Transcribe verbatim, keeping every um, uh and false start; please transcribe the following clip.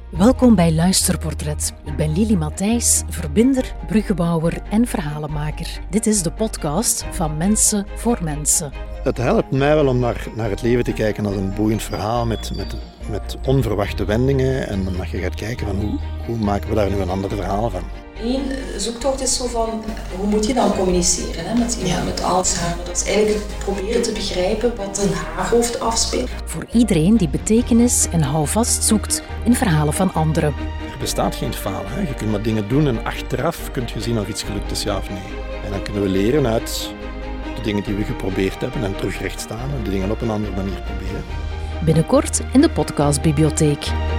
Welkom bij Luisterportret. Ik ben Lili Matthijs, verbinder, bruggenbouwer en verhalenmaker. Dit is de podcast van Mensen voor Mensen. Het helpt mij wel om naar, naar het leven te kijken als een boeiend verhaal met, met, met onverwachte wendingen. En dat je gaat kijken van hoe, hoe maken we daar nu een ander verhaal van. Eén zoektocht is zo van, hoe moet je dan communiceren hè, met iemand Ja. met Alzheimer? Dat is eigenlijk het proberen te begrijpen wat in haar hoofd afspeelt. Voor iedereen die betekenis en houvast zoekt in verhalen van anderen. Er bestaat geen falen. Hè. Je kunt maar dingen doen en achteraf kun je zien of iets gelukt is, ja of nee. En dan kunnen we leren uit de dingen die we geprobeerd hebben en terug recht staan en de dingen op een andere manier proberen. Binnenkort in de podcastbibliotheek.